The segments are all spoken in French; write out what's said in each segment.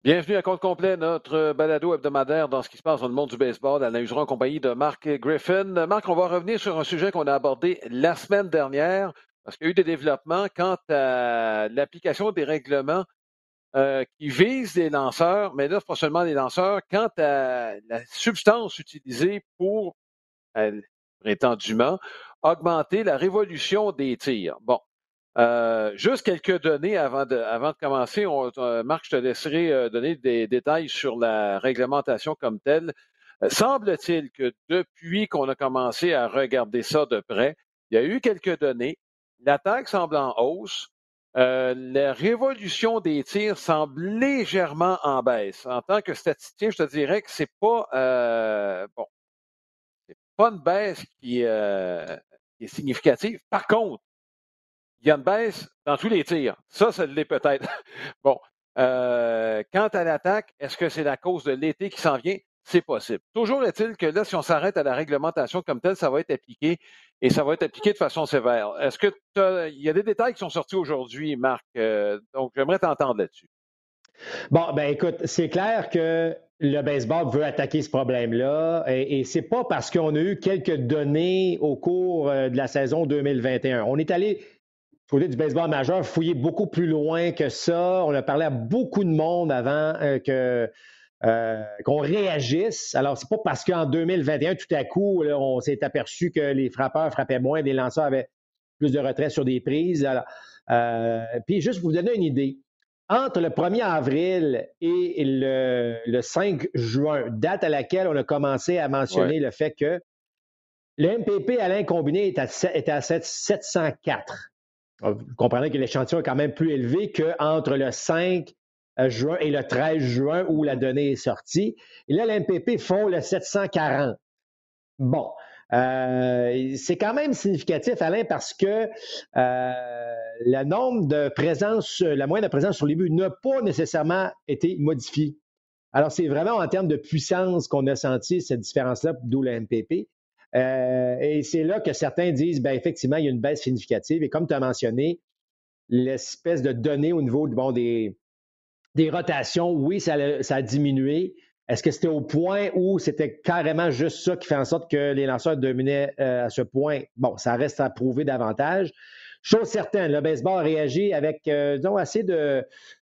Bienvenue à Compte Complet, notre balado hebdomadaire dans ce qui se passe dans le monde du baseball. Alain Useron en compagnie de Marc Griffin. Marc, on va revenir sur un sujet qu'on a abordé la semaine dernière parce qu'il y a eu des développements quant à l'application des règlements qui visent les lanceurs, mais là, pas seulement les lanceurs, quant à la substance utilisée pour, prétendument, augmenter la révolution des tirs. Bon. Juste quelques données avant de commencer. Marc, je te laisserai donner des détails sur la réglementation comme telle. Semble-t-il que depuis qu'on a commencé à regarder ça de près, il y a eu quelques données. L'attaque semble en hausse. La révolution des tirs semble légèrement en baisse. En tant que statisticien, je te dirais que c'est pas c'est pas une baisse qui est significative. Par contre, il y a une baisse dans tous les tirs. Ça l'est peut-être. Bon. Quant à l'attaque, est-ce que c'est la cause de l'été qui s'en vient? C'est possible. Toujours est-il que là, si on s'arrête à la réglementation comme telle, ça va être appliqué et ça va être appliqué de façon sévère. Est-ce que il y a des détails qui sont sortis aujourd'hui, Marc? Donc, j'aimerais t'entendre là-dessus. Bon, ben écoute, c'est clair que le baseball veut attaquer ce problème-là et c'est pas parce qu'on a eu quelques données au cours de la saison 2021. On est allé, du côté du baseball majeur, fouiller beaucoup plus loin que ça. On a parlé à beaucoup de monde avant qu'on réagisse. Alors, c'est pas parce qu'en 2021, tout à coup, là, on s'est aperçu que les frappeurs frappaient moins, les lanceurs avaient plus de retrait sur des prises. Alors, puis juste pour vous donner une idée, entre le 1er avril et le 5 juin, date à laquelle on a commencé à mentionner le fait que le MPP Alain combiné est à 704. Vous comprenez que l'échantillon est quand même plus élevé qu'entre le 5 juin et le 13 juin où la donnée est sortie. Et là, l'MPP font le 740. Bon, c'est quand même significatif, Alain, parce que le nombre de présence, la moyenne de présence sur les buts n'a pas nécessairement été modifiée. Alors, c'est vraiment en termes de puissance qu'on a senti cette différence-là, d'où le MPP. Et c'est là que certains disent, bien, effectivement, il y a une baisse significative. Et comme tu as mentionné, l'espèce de données au niveau des rotations, oui, ça a diminué. Est-ce que c'était au point où c'était carrément juste ça qui fait en sorte que les lanceurs dominaient à ce point? Bon, ça reste à prouver davantage. Chose certaine, le baseball a réagi avec, disons, assez de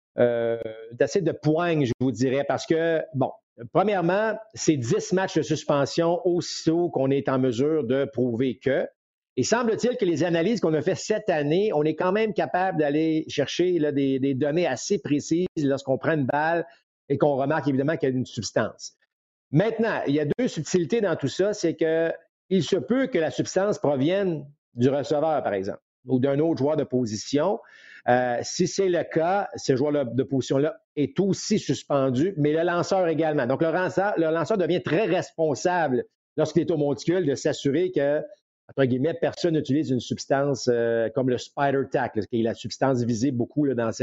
poigne, je vous dirais, parce que, bon, premièrement, c'est 10 matchs de suspension aussitôt qu'on est en mesure de prouver que. Et semble-t-il que les analyses qu'on a faites cette année, on est quand même capable d'aller chercher là, des données assez précises lorsqu'on prend une balle et qu'on remarque évidemment qu'il y a une substance. Maintenant, il y a deux subtilités dans tout ça, c'est qu'il se peut que la substance provienne du receveur, par exemple, ou d'un autre joueur de position. Si c'est le cas, ce joueur de position-là est aussi suspendu, mais le lanceur également. Donc, le lanceur devient très responsable lorsqu'il est au monticule de s'assurer que, entre guillemets, personne n'utilise une substance comme le spider tack, qui est la substance visée beaucoup là, dans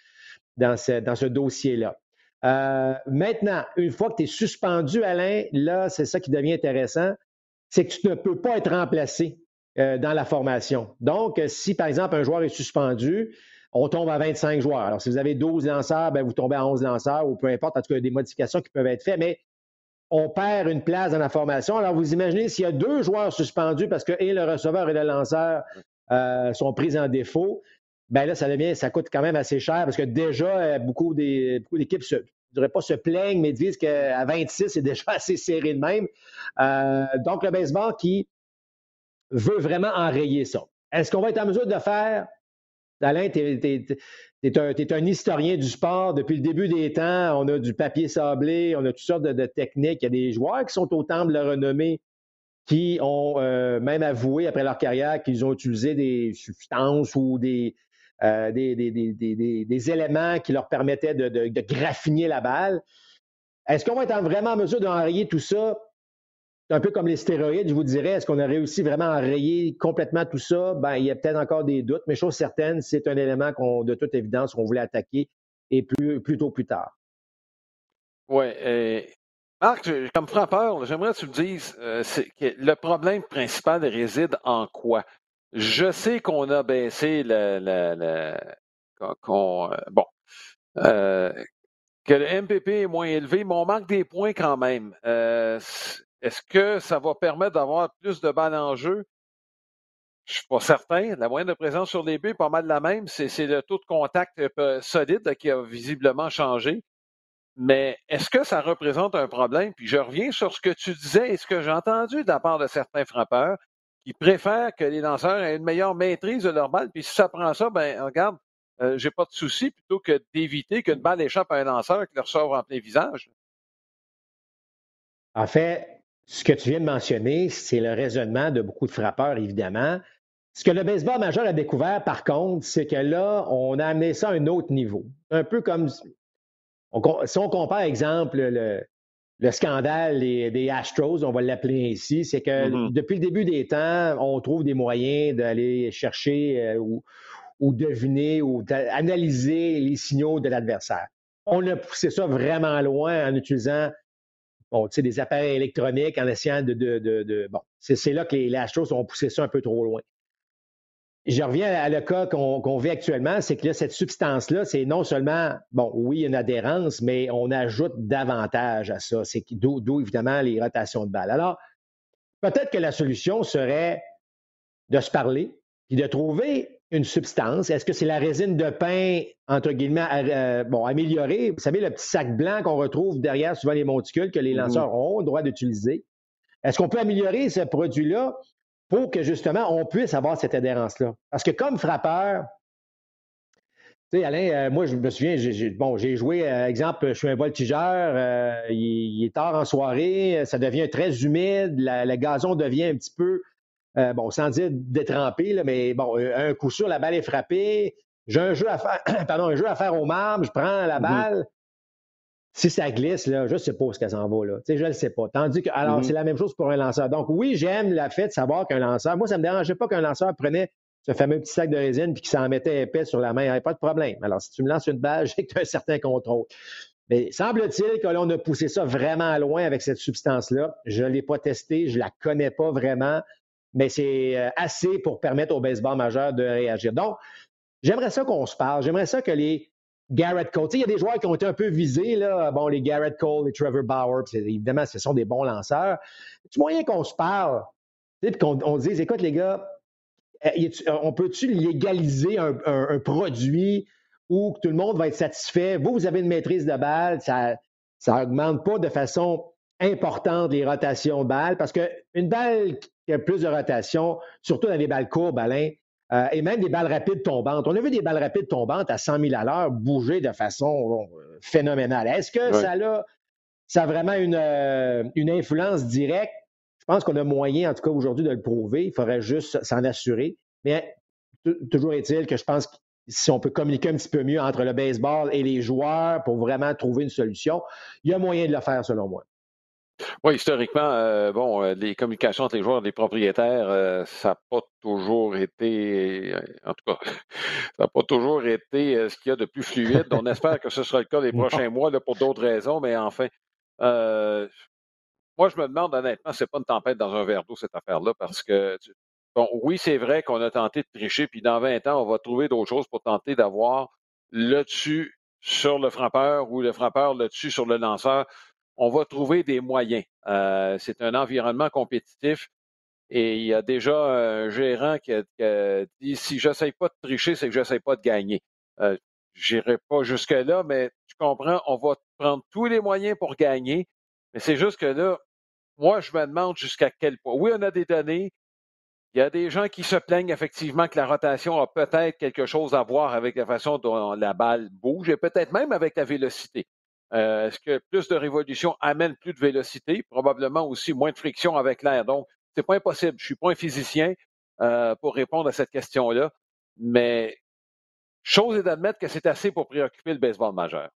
ce dossier-là. Maintenant, une fois que tu es suspendu, Alain, là, c'est ça qui devient intéressant, c'est que tu ne peux pas être remplacé dans la formation. Donc, si, par exemple, un joueur est suspendu, on tombe à 25 joueurs. Alors, si vous avez 12 lanceurs, ben, vous tombez à 11 lanceurs ou peu importe. En tout cas, il y a des modifications qui peuvent être faites, mais on perd une place dans la formation. Alors, vous imaginez s'il y a 2 joueurs suspendus parce que le receveur et le lanceur sont pris en défaut, ben là, ça coûte quand même assez cher parce que déjà, beaucoup d'équipes je ne dirais pas se plaignent, mais disent qu'à 26, c'est déjà assez serré de même. Donc, le baseball qui veut vraiment enrayer ça. Est-ce qu'on va être en mesure de le faire? Alain, tu es un historien du sport. Depuis le début des temps, on a du papier sablé, on a toutes sortes de techniques. Il y a des joueurs qui sont au temple de la renommée qui ont même avoué après leur carrière qu'ils ont utilisé des substances ou des éléments qui leur permettaient de graffiner la balle. Est-ce qu'on va être vraiment en mesure d'enrayer tout ça? C'est un peu comme les stéroïdes, je vous dirais. Est-ce qu'on a réussi vraiment à enrayer complètement tout ça? Ben, il y a peut-être encore des doutes, mais chose certaine, c'est un élément de toute évidence qu'on voulait attaquer et plutôt plus tard. Oui. Marc, comme frappeur, j'aimerais que tu me dises que le problème principal réside en quoi? Je sais qu'on a baissé bon. que le MPP est moins élevé, mais on manque des points quand même. Est-ce que ça va permettre d'avoir plus de balles en jeu? Je suis pas certain. La moyenne de présence sur les buts est pas mal la même. C'est le taux de contact solide là, qui a visiblement changé. Mais est-ce que ça représente un problème? Puis je reviens sur ce que tu disais et ce que j'ai entendu de la part de certains frappeurs qui préfèrent que les lanceurs aient une meilleure maîtrise de leur balle. Puis si ça prend ça, ben regarde, j'ai pas de souci plutôt que d'éviter qu'une balle échappe à un lanceur qui leur sort en plein visage. En fait, ce que tu viens de mentionner, c'est le raisonnement de beaucoup de frappeurs, évidemment. Ce que le baseball majeur a découvert, par contre, c'est que là, on a amené ça à un autre niveau. Un peu comme si on compare, exemple, le scandale des Astros, on va l'appeler ainsi, c'est que Mhm. depuis le début des temps, on trouve des moyens d'aller chercher ou deviner ou analyser les signaux de l'adversaire. On a poussé ça vraiment loin en utilisant des appareils électroniques, en essayant bon, c'est là que les Astros ont poussé ça un peu trop loin. Je reviens à le cas qu'on vit actuellement, c'est que là, cette substance-là, c'est non seulement, bon, oui, il y a une adhérence, mais on ajoute davantage à ça. C'est d'où, évidemment, les rotations de balles. Alors, peut-être que la solution serait de se parler puis de trouver une substance. Est-ce que c'est la résine de pain, entre guillemets, améliorée? Vous savez, le petit sac blanc qu'on retrouve derrière souvent les monticules que les Mhm. lanceurs ont le droit d'utiliser. Est-ce qu'on peut améliorer ce produit-là pour que justement on puisse avoir cette adhérence-là? Parce que comme frappeur, tu sais, Alain, moi, je me souviens, j'ai joué, exemple, je suis un voltigeur, il est tard en soirée, ça devient très humide, le gazon devient un petit peu, bon, sans dire détrempé, là, mais bon, un coup sûr, la balle est frappée, j'ai un jeu à faire, pardon, un jeu à faire au marbre, je prends la Mhm. balle, si ça glisse, là, je ne sais pas où qu'elle s'en va. Là. Tu sais, je ne le sais pas. Tandis que, alors, Mhm. c'est la même chose pour un lanceur. Donc, oui, j'aime le fait de savoir qu'un lanceur, moi, ça ne me dérangeait pas qu'un lanceur prenait ce fameux petit sac de résine puis qu'il s'en mettait épais sur la main. Il n'y avait pas de problème. Alors, si tu me lances une balle, j'ai que tu as un certain contrôle. Mais semble-t-il que là, on a poussé ça vraiment loin avec cette substance-là. Je ne l'ai pas testée, je ne la connais pas vraiment, mais c'est assez pour permettre au baseball majeur de réagir. Donc, j'aimerais ça qu'on se parle. J'aimerais ça que les Garrett Cole, tu sais, il y a des joueurs qui ont été un peu visés, là. Bon, les Garrett Cole, les Trevor Bauer, évidemment, ce sont des bons lanceurs. C'est moyen qu'on se parle, puis qu'on dise, écoute, les gars, on peut-tu légaliser un produit où tout le monde va être satisfait? Vous avez une maîtrise de balle, ça augmente pas de façon importante les rotations de balles, parce qu'une balle qui a plus de rotation, surtout dans les balles courbes, Alain, et même des balles rapides tombantes. On a vu des balles rapides tombantes à 100 000 à l'heure bouger de façon phénoménale. Est-ce que Ouais. ça a vraiment une influence directe? Je pense qu'on a moyen, en tout cas aujourd'hui, de le prouver. Il faudrait juste s'en assurer. Mais toujours est-il que je pense que si on peut communiquer un petit peu mieux entre le baseball et les joueurs pour vraiment trouver une solution, il y a moyen de le faire, selon moi. Oui, historiquement, les communications entre les joueurs et les propriétaires, ça n'a pas toujours été, en tout cas, ça n'a pas toujours été ce qu'il y a de plus fluide. On espère que ce sera le cas les Non. prochains mois là, pour d'autres raisons, mais enfin, euh, moi, je me demande honnêtement, c'est pas une tempête dans un verre d'eau, cette affaire-là, parce que, bon, oui, c'est vrai qu'on a tenté de tricher, puis dans 20 ans, on va trouver d'autres choses pour tenter d'avoir le dessus sur le frappeur ou le frappeur le dessus sur le lanceur. On va trouver des moyens. C'est un environnement compétitif et il y a déjà un gérant qui a dit si j'essaye pas de tricher, c'est que j'essaye pas de gagner. J'irai pas jusque-là, mais tu comprends, on va prendre tous les moyens pour gagner. Mais c'est juste que là, moi, je me demande jusqu'à quel point. Oui, on a des données. Il y a des gens qui se plaignent effectivement que la rotation a peut-être quelque chose à voir avec la façon dont la balle bouge et peut-être même avec la vélocité. Est-ce que plus de révolution amène plus de vélocité? Probablement aussi moins de friction avec l'air. Donc, c'est pas impossible. Je suis pas un physicien pour répondre à cette question-là, mais chose est d'admettre que c'est assez pour préoccuper le baseball majeur.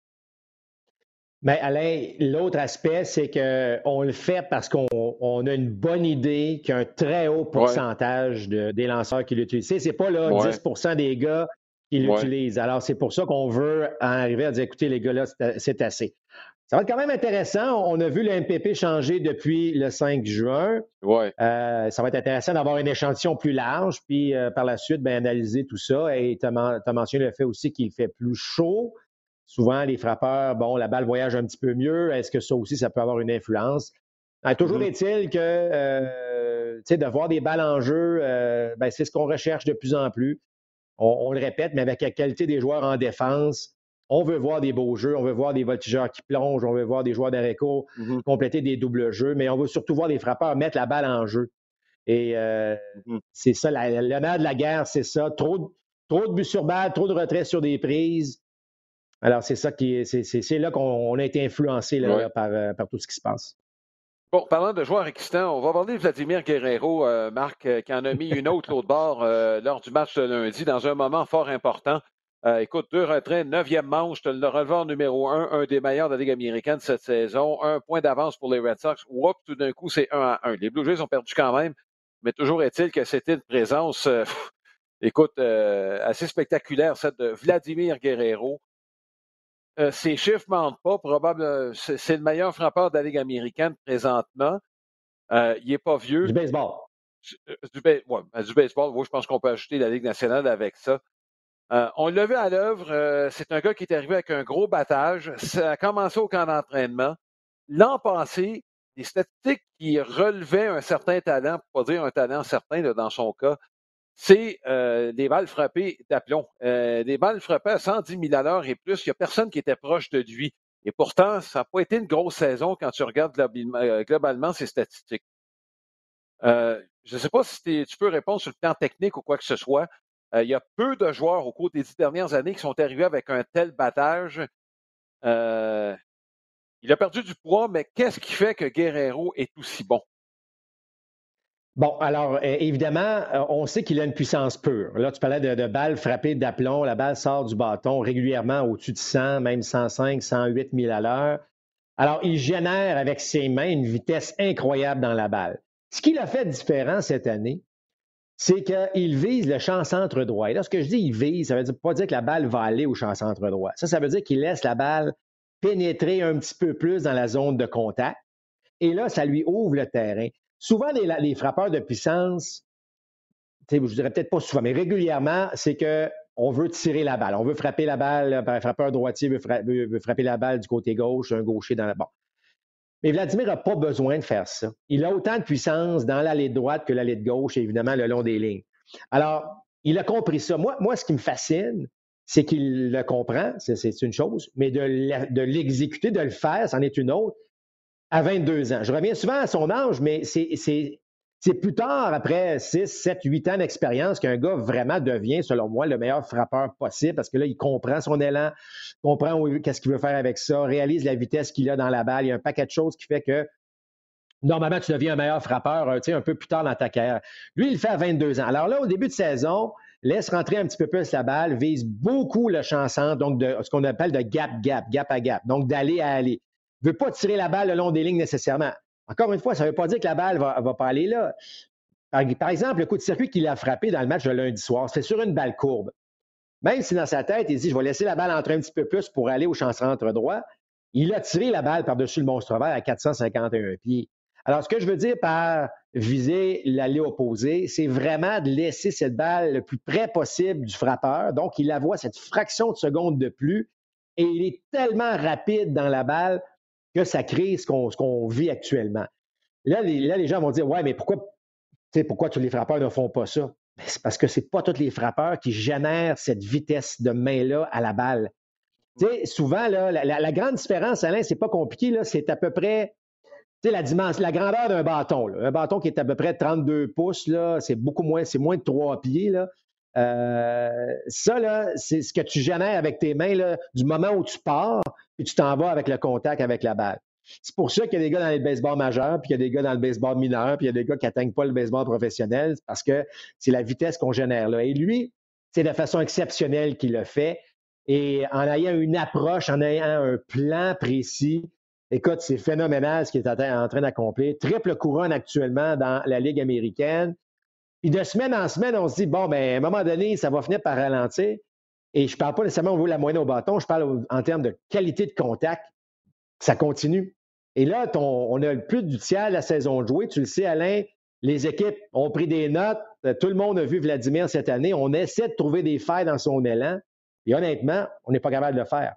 Mais Alain, l'autre aspect, c'est qu'on le fait parce qu'on a une bonne idée qu'il y a un très haut Ouais, pourcentage des lanceurs qui l'utilisent. C'est pas là ouais, 10 des gars qui ouais. l'utilisent. Alors, c'est pour ça qu'on veut en arriver à dire, écoutez, les gars, là, c'est assez. Ça va être quand même intéressant. On a vu le MPP changer depuis le 5 juin. Ouais. Ça va être intéressant d'avoir un échantillon plus large, puis par la suite, ben, analyser tout ça. Et tu as mentionné le fait aussi qu'il fait plus chaud. Souvent, les frappeurs, bon, la balle voyage un petit peu mieux. Est-ce que ça aussi, ça peut avoir une influence? Toujours est-il que de voir des balles en jeu, c'est ce qu'on recherche de plus en plus. On le répète, mais avec la qualité des joueurs en défense, on veut voir des beaux jeux, on veut voir des voltigeurs qui plongent, on veut voir des joueurs d'arrêt court compléter des doubles jeux, mais on veut surtout voir des frappeurs mettre la balle en jeu. Et c'est ça, le nerf de la guerre, c'est ça. Trop de buts sur balle, trop de retraits sur des prises. Alors, c'est ça c'est là qu'on a été influencé par tout ce qui se passe. Bon, parlant de joueurs excitants, on va parler de Vladimir Guerrero, Marc, qui en a mis une autre l'autre bord lors du match de lundi, dans un moment fort important. Écoute, 2 retraits, 9e manche, le releveur numéro 1 des meilleurs de la Ligue américaine cette saison, 1 point d'avance pour les Red Sox. Oups, tout d'un coup, c'est 1-1. Les Blue Jays ont perdu quand même, mais toujours est-il que c'était une présence, assez spectaculaire, celle de Vladimir Guerrero. Ces chiffres ne mentent pas. Probablement, c'est le meilleur frappeur de la Ligue américaine présentement. Il n'est pas vieux. Du baseball. Du baseball, oui, je pense qu'on peut ajouter la Ligue nationale avec ça. On l'a vu à l'œuvre. C'est un gars qui est arrivé avec un gros battage. Ça a commencé au camp d'entraînement. L'an passé, les statistiques qui relevaient un certain talent, pour pas dire un talent certain là, dans son cas, c'est des balles frappées d'aplomb. Des balles frappées à 110 000 à l'heure et plus. Il n'y a personne qui était proche de lui. Et pourtant, ça n'a pas été une grosse saison quand tu regardes globalement ces statistiques. Je ne sais pas si tu peux répondre sur le plan technique ou quoi que ce soit. Il y a peu de joueurs au cours des 10 dernières années qui sont arrivés avec un tel battage. Il a perdu du poids, mais qu'est-ce qui fait que Guerrero est aussi bon? Bon, alors, évidemment, on sait qu'il a une puissance pure. Là, tu parlais de balles frappées d'aplomb. La balle sort du bâton régulièrement au-dessus de 100, même 105, 108 000 à l'heure. Alors, il génère avec ses mains une vitesse incroyable dans la balle. Ce qu'il a fait différent cette année, c'est qu'il vise le champ centre droit. Et là, ce que je dis, il vise, ça veut pas dire que la balle va aller au champ centre droit. Ça veut dire qu'il laisse la balle pénétrer un petit peu plus dans la zone de contact. Et là, ça lui ouvre le terrain. Souvent, les frappeurs de puissance, je dirais peut-être pas souvent, mais régulièrement, c'est qu'on veut tirer la balle. On veut frapper la balle, un frappeur droitier veut frapper la balle du côté gauche, un gaucher dans la... Bon. Mais Vladimir n'a pas besoin de faire ça. Il a autant de puissance dans l'allée de droite que l'allée de gauche, et évidemment, le long des lignes. Alors, il a compris ça. Moi, ce qui me fascine, c'est qu'il le comprend, c'est une chose, mais de l'exécuter, de le faire, c'en est une autre, à 22 ans. Je reviens souvent à son âge, mais c'est plus tard, après 6, 7, 8 ans d'expérience, qu'un gars vraiment devient, selon moi, le meilleur frappeur possible parce que là, il comprend son élan, comprend qu'est-ce qu'il veut faire avec ça, réalise la vitesse qu'il a dans la balle. Il y a un paquet de choses qui fait que normalement, tu deviens un meilleur frappeur un peu plus tard dans ta carrière. Lui, il le fait à 22 ans. Alors là, au début de saison, laisse rentrer un petit peu plus la balle, vise beaucoup le champ centre, donc de ce qu'on appelle de gap à gap, donc d'aller à aller. Il ne veut pas tirer la balle le long des lignes nécessairement. Encore une fois, ça ne veut pas dire que la balle ne va pas aller là. Par exemple, le coup de circuit qu'il a frappé dans le match de lundi soir, c'est sur une balle courbe. Même si dans sa tête, il dit « Je vais laisser la balle entrer un petit peu plus pour aller au champ centre droit », il a tiré la balle par-dessus le monstre vert à 451 pieds. Alors, ce que je veux dire par viser l'allée opposée, c'est vraiment de laisser cette balle le plus près possible du frappeur. Donc, il la voit cette fraction de seconde de plus et il est tellement rapide dans la balle que ça crée ce qu'on vit actuellement. Là, les gens vont dire « Ouais, mais pourquoi tous les frappeurs ne font pas ça? » C'est parce que ce n'est pas tous les frappeurs qui génèrent cette vitesse de main-là à la balle. Souvent, là, la grande différence, Alain, c'est pas compliqué, là, c'est à peu près la grandeur d'un bâton. Là. Un bâton qui est à peu près 32 pouces, là, c'est moins de 3 pieds. Là. Ça, là, c'est ce que tu génères avec tes mains là, du moment où tu pars, puis tu t'en vas avec le contact avec la balle. C'est pour ça qu'il y a des gars dans le baseball majeur, puis il y a des gars dans le baseball mineur, puis il y a des gars qui n'atteignent pas le baseball professionnel, parce que c'est la vitesse qu'on génère là. Et lui, c'est de façon exceptionnelle qu'il le fait. Et en ayant une approche, en ayant un plan précis, écoute, c'est phénoménal ce qu'il est en train d'accomplir. Triple couronne actuellement dans la Ligue américaine. Puis de semaine en semaine, on se dit, bon, ben, à un moment donné, ça va finir par ralentir. Et je ne parle pas nécessairement au niveau de la moyenne au bâton, je parle en termes de qualité de contact. Ça continue. Et là, on a plus du tiers de la saison de jouer. Tu le sais, Alain, les équipes ont pris des notes. Tout le monde a vu Vladimir cette année. On essaie de trouver des failles dans son élan. Et honnêtement, on n'est pas capable de le faire.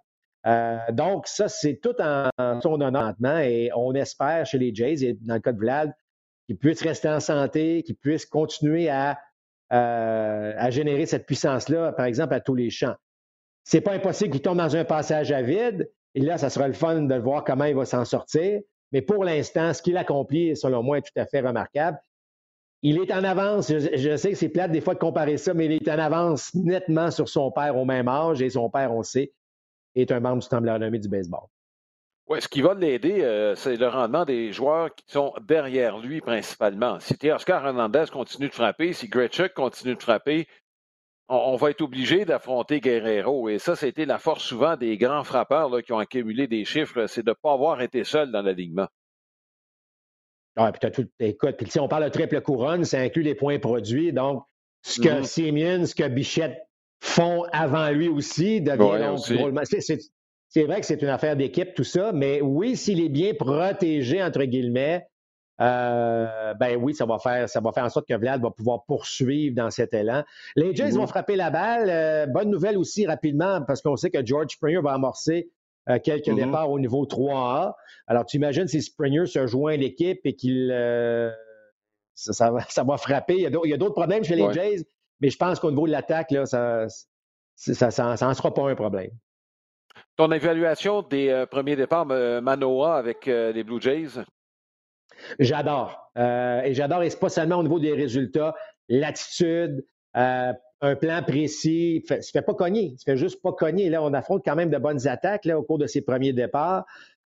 Donc, ça, c'est tout en son honneur maintenant et on espère chez les Jays, et dans le cas de Vlad, qu'ils puissent rester en santé, qu'ils puissent continuer à générer cette puissance-là, par exemple, à tous les champs. C'est pas impossible qu'il tombe dans un passage à vide, et là, ça sera le fun de voir comment il va s'en sortir. Mais pour l'instant, ce qu'il accomplit, selon moi, est tout à fait remarquable. Il est en avance. Je sais que c'est plate des fois de comparer ça, mais il est en avance nettement sur son père au même âge, et son père, on sait, est un membre du Temple de la renommée du baseball. Oui, ce qui va l'aider, c'est le rendement des joueurs qui sont derrière lui principalement. Si Oscar Hernandez continue de frapper, si Grichuk continue de frapper, on va être obligé d'affronter Guerrero. Et ça, c'était la force souvent des grands frappeurs là, qui ont accumulé des chiffres, c'est de ne pas avoir été seul dans l'alignement. Ah, puis écoute, puis si on parle de triple couronne, ça inclut les points produits. Donc, ce que Semien, ce que Bichette font avant lui aussi devient donc aussi drôlement. C'est vrai que c'est une affaire d'équipe, tout ça, mais oui, s'il est bien protégé, entre guillemets, ben oui, ça va faire en sorte que Vlad va pouvoir poursuivre dans cet élan. Les Jays vont frapper la balle. Bonne nouvelle aussi rapidement, parce qu'on sait que George Springer va amorcer quelques départs au niveau 3A. Alors, tu imagines si Springer se joint à l'équipe et qu'il ça va frapper. Il y a d'autres problèmes chez les Jays, mais je pense qu'au niveau de l'attaque, là, ça n'en sera pas un problème. Ton évaluation des premiers départs, Manoah avec les Blue Jays? J'adore. Et j'adore, et c'est pas seulement au niveau des résultats, l'attitude, un plan précis. Il ne se fait pas cogner. Il ne se fait juste pas cogner. Là, on affronte quand même de bonnes attaques là, au cours de ses premiers départs.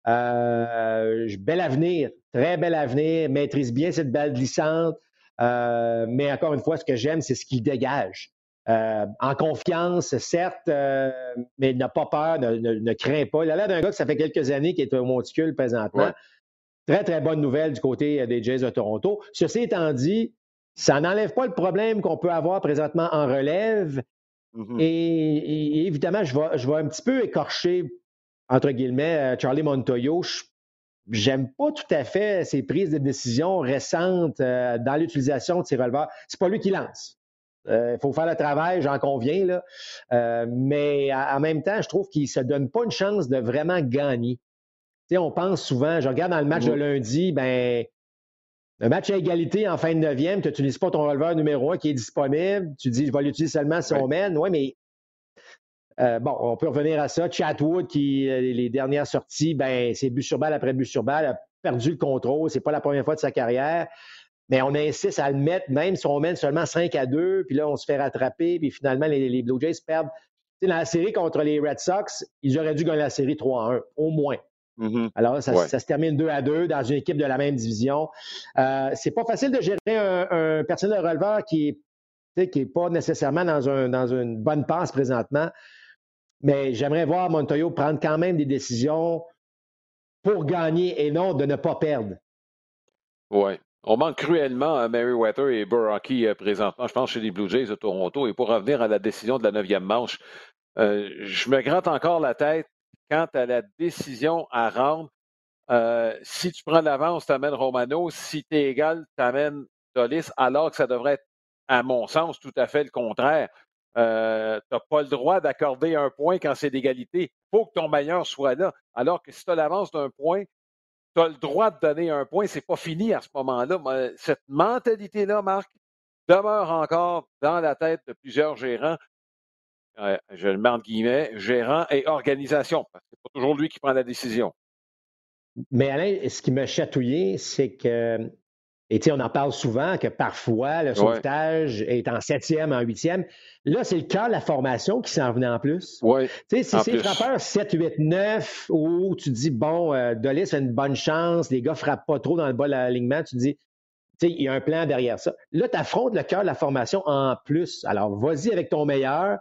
Bel avenir, très bel avenir. Maîtrise bien cette balle glissante. Mais encore une fois, ce que j'aime, c'est ce qu'il dégage. En confiance, certes, mais il n'a pas peur, ne craint pas. Il a l'air d'un gars que ça fait quelques années qu'il est au monticule présentement. Ouais. Très, très bonne nouvelle du côté des Jays de Toronto. Ceci étant dit, ça n'enlève pas le problème qu'on peut avoir présentement en relève. Et évidemment, je vais un petit peu écorcher, entre guillemets, Charlie Montoyo. J'aime pas tout à fait ses prises de décision récentes dans l'utilisation de ses releveurs. C'est pas lui qui lance. Il faut faire le travail, j'en conviens, là. Mais en même temps, je trouve qu'il ne se donne pas une chance de vraiment gagner. Tu sais, on pense souvent, je regarde dans le match de lundi, ben, un match à égalité en fin de 9e, tu n'utilises pas ton releveur numéro 1 qui est disponible, tu dis, je vais l'utiliser seulement si on mène. Oui, mais bon, on peut revenir à ça. Chatwood, qui, les dernières sorties, ben, c'est but sur balle après but sur balle, a perdu le contrôle. C'est pas la première fois de sa carrière. Mais on insiste à le mettre, même si on mène seulement 5-2, puis là, on se fait rattraper, puis finalement, les Blue Jays perdent. Tu sais, dans la série contre les Red Sox, ils auraient dû gagner la série 3-1, au moins. Alors, ça se termine 2-2 dans une équipe de la même division. C'est pas facile de gérer un personnel de releveur qui est pas nécessairement dans une bonne passe présentement. Mais j'aimerais voir Montoyo prendre quand même des décisions pour gagner et non de ne pas perdre. Oui. On manque cruellement à Merriweather et Borowski présentement, je pense, chez les Blue Jays de Toronto. Et pour revenir à la décision de la 9e manche, je me gratte encore la tête quant à la décision à rendre. Si tu prends l'avance, tu amènes Romano. Si tu es égal, tu amènes Dolis, alors que ça devrait être, à mon sens, tout à fait le contraire. Tu n'as pas le droit d'accorder un point quand c'est d'égalité. Il faut que ton meilleur soit là. Alors que si tu as l'avance d'un point, tu as le droit de donner un point. C'est pas fini à ce moment-là. Cette mentalité-là, Marc, demeure encore dans la tête de plusieurs gérants. Je le mets entre guillemets, gérant et organisation. Parce que c'est pas toujours lui qui prend la décision. Mais Alain, ce qui m'a chatouillé, c'est que, et tu sais, on en parle souvent, que parfois, le sauvetage est en 7e, en 8e. Là, c'est le cas de la formation qui s'en venait en plus. Oui. Tu sais, si c'est frappeur 7, 8, 9, où tu dis, bon, Dolis a une bonne chance, les gars ne frappent pas trop dans le bas de l'alignement, tu dis, tu sais, il y a un plan derrière ça. Là, tu affrontes le cœur de la formation en plus. Alors, vas-y avec ton meilleur,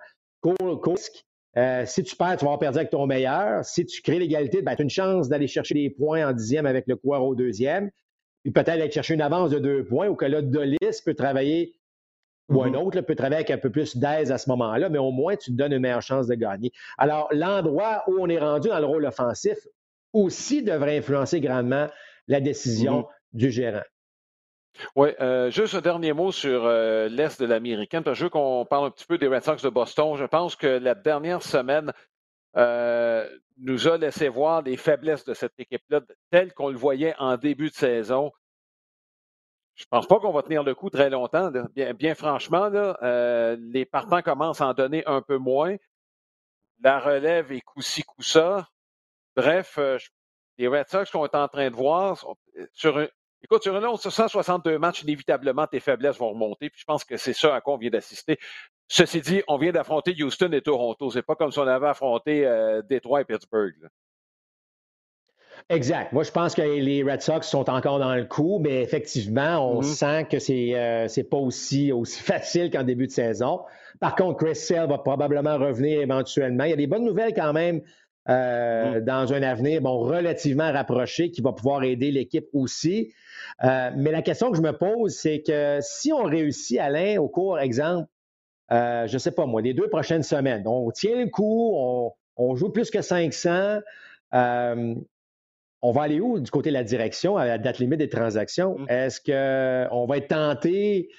si tu perds, tu vas avoir perdu avec ton meilleur. Si tu crées l'égalité, ben, tu as une chance d'aller chercher des points en 10e avec le coureur au 2e. Puis peut-être aller chercher une avance de 2 points, ou que là, Dolis peut travailler, ou un autre là, peut travailler avec un peu plus d'aise à ce moment-là, mais au moins, tu te donnes une meilleure chance de gagner. Alors, l'endroit où on est rendu dans le rôle offensif aussi devrait influencer grandement la décision du gérant. Oui, juste un dernier mot sur l'Est de l'Américaine. Je veux qu'on parle un petit peu des Red Sox de Boston. Je pense que la dernière semaine nous a laissé voir les faiblesses de cette équipe-là telles qu'on le voyait en début de saison. Je pense pas qu'on va tenir le coup très longtemps. Là. Bien franchement, là, les partants commencent à en donner un peu moins. La relève est coup-ci, coup-ça. Bref, les Red Sox qu'on est en train de voir, écoute, sur une autre 162 matchs, inévitablement, tes faiblesses vont remonter. Puis je pense que c'est ça à quoi on vient d'assister. Ceci dit, on vient d'affronter Houston et Toronto. C'est pas comme si on avait affronté Détroit et Pittsburgh. Là. Exact. Moi, je pense que les Red Sox sont encore dans le coup, mais effectivement, on sent que c'est pas aussi facile qu'en début de saison. Par contre, Chris Sale va probablement revenir éventuellement. Il y a des bonnes nouvelles quand même dans un avenir relativement rapproché qui va pouvoir aider l'équipe aussi. Mais la question que je me pose, c'est que si on réussit, Alain, au cours, exemple, je ne sais pas moi, les 2 prochaines semaines, on tient le coup, on joue plus que 500. On va aller où du côté de la direction à la date limite des transactions? Est-ce qu'on va être tenté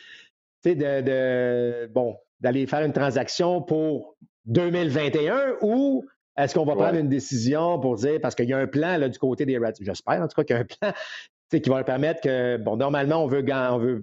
d'aller faire une transaction pour 2021 ou est-ce qu'on va prendre une décision pour dire, parce qu'il y a un plan là, du côté des Reds, j'espère en tout cas qu'il y a un plan qui va leur permettre que, normalement, on veut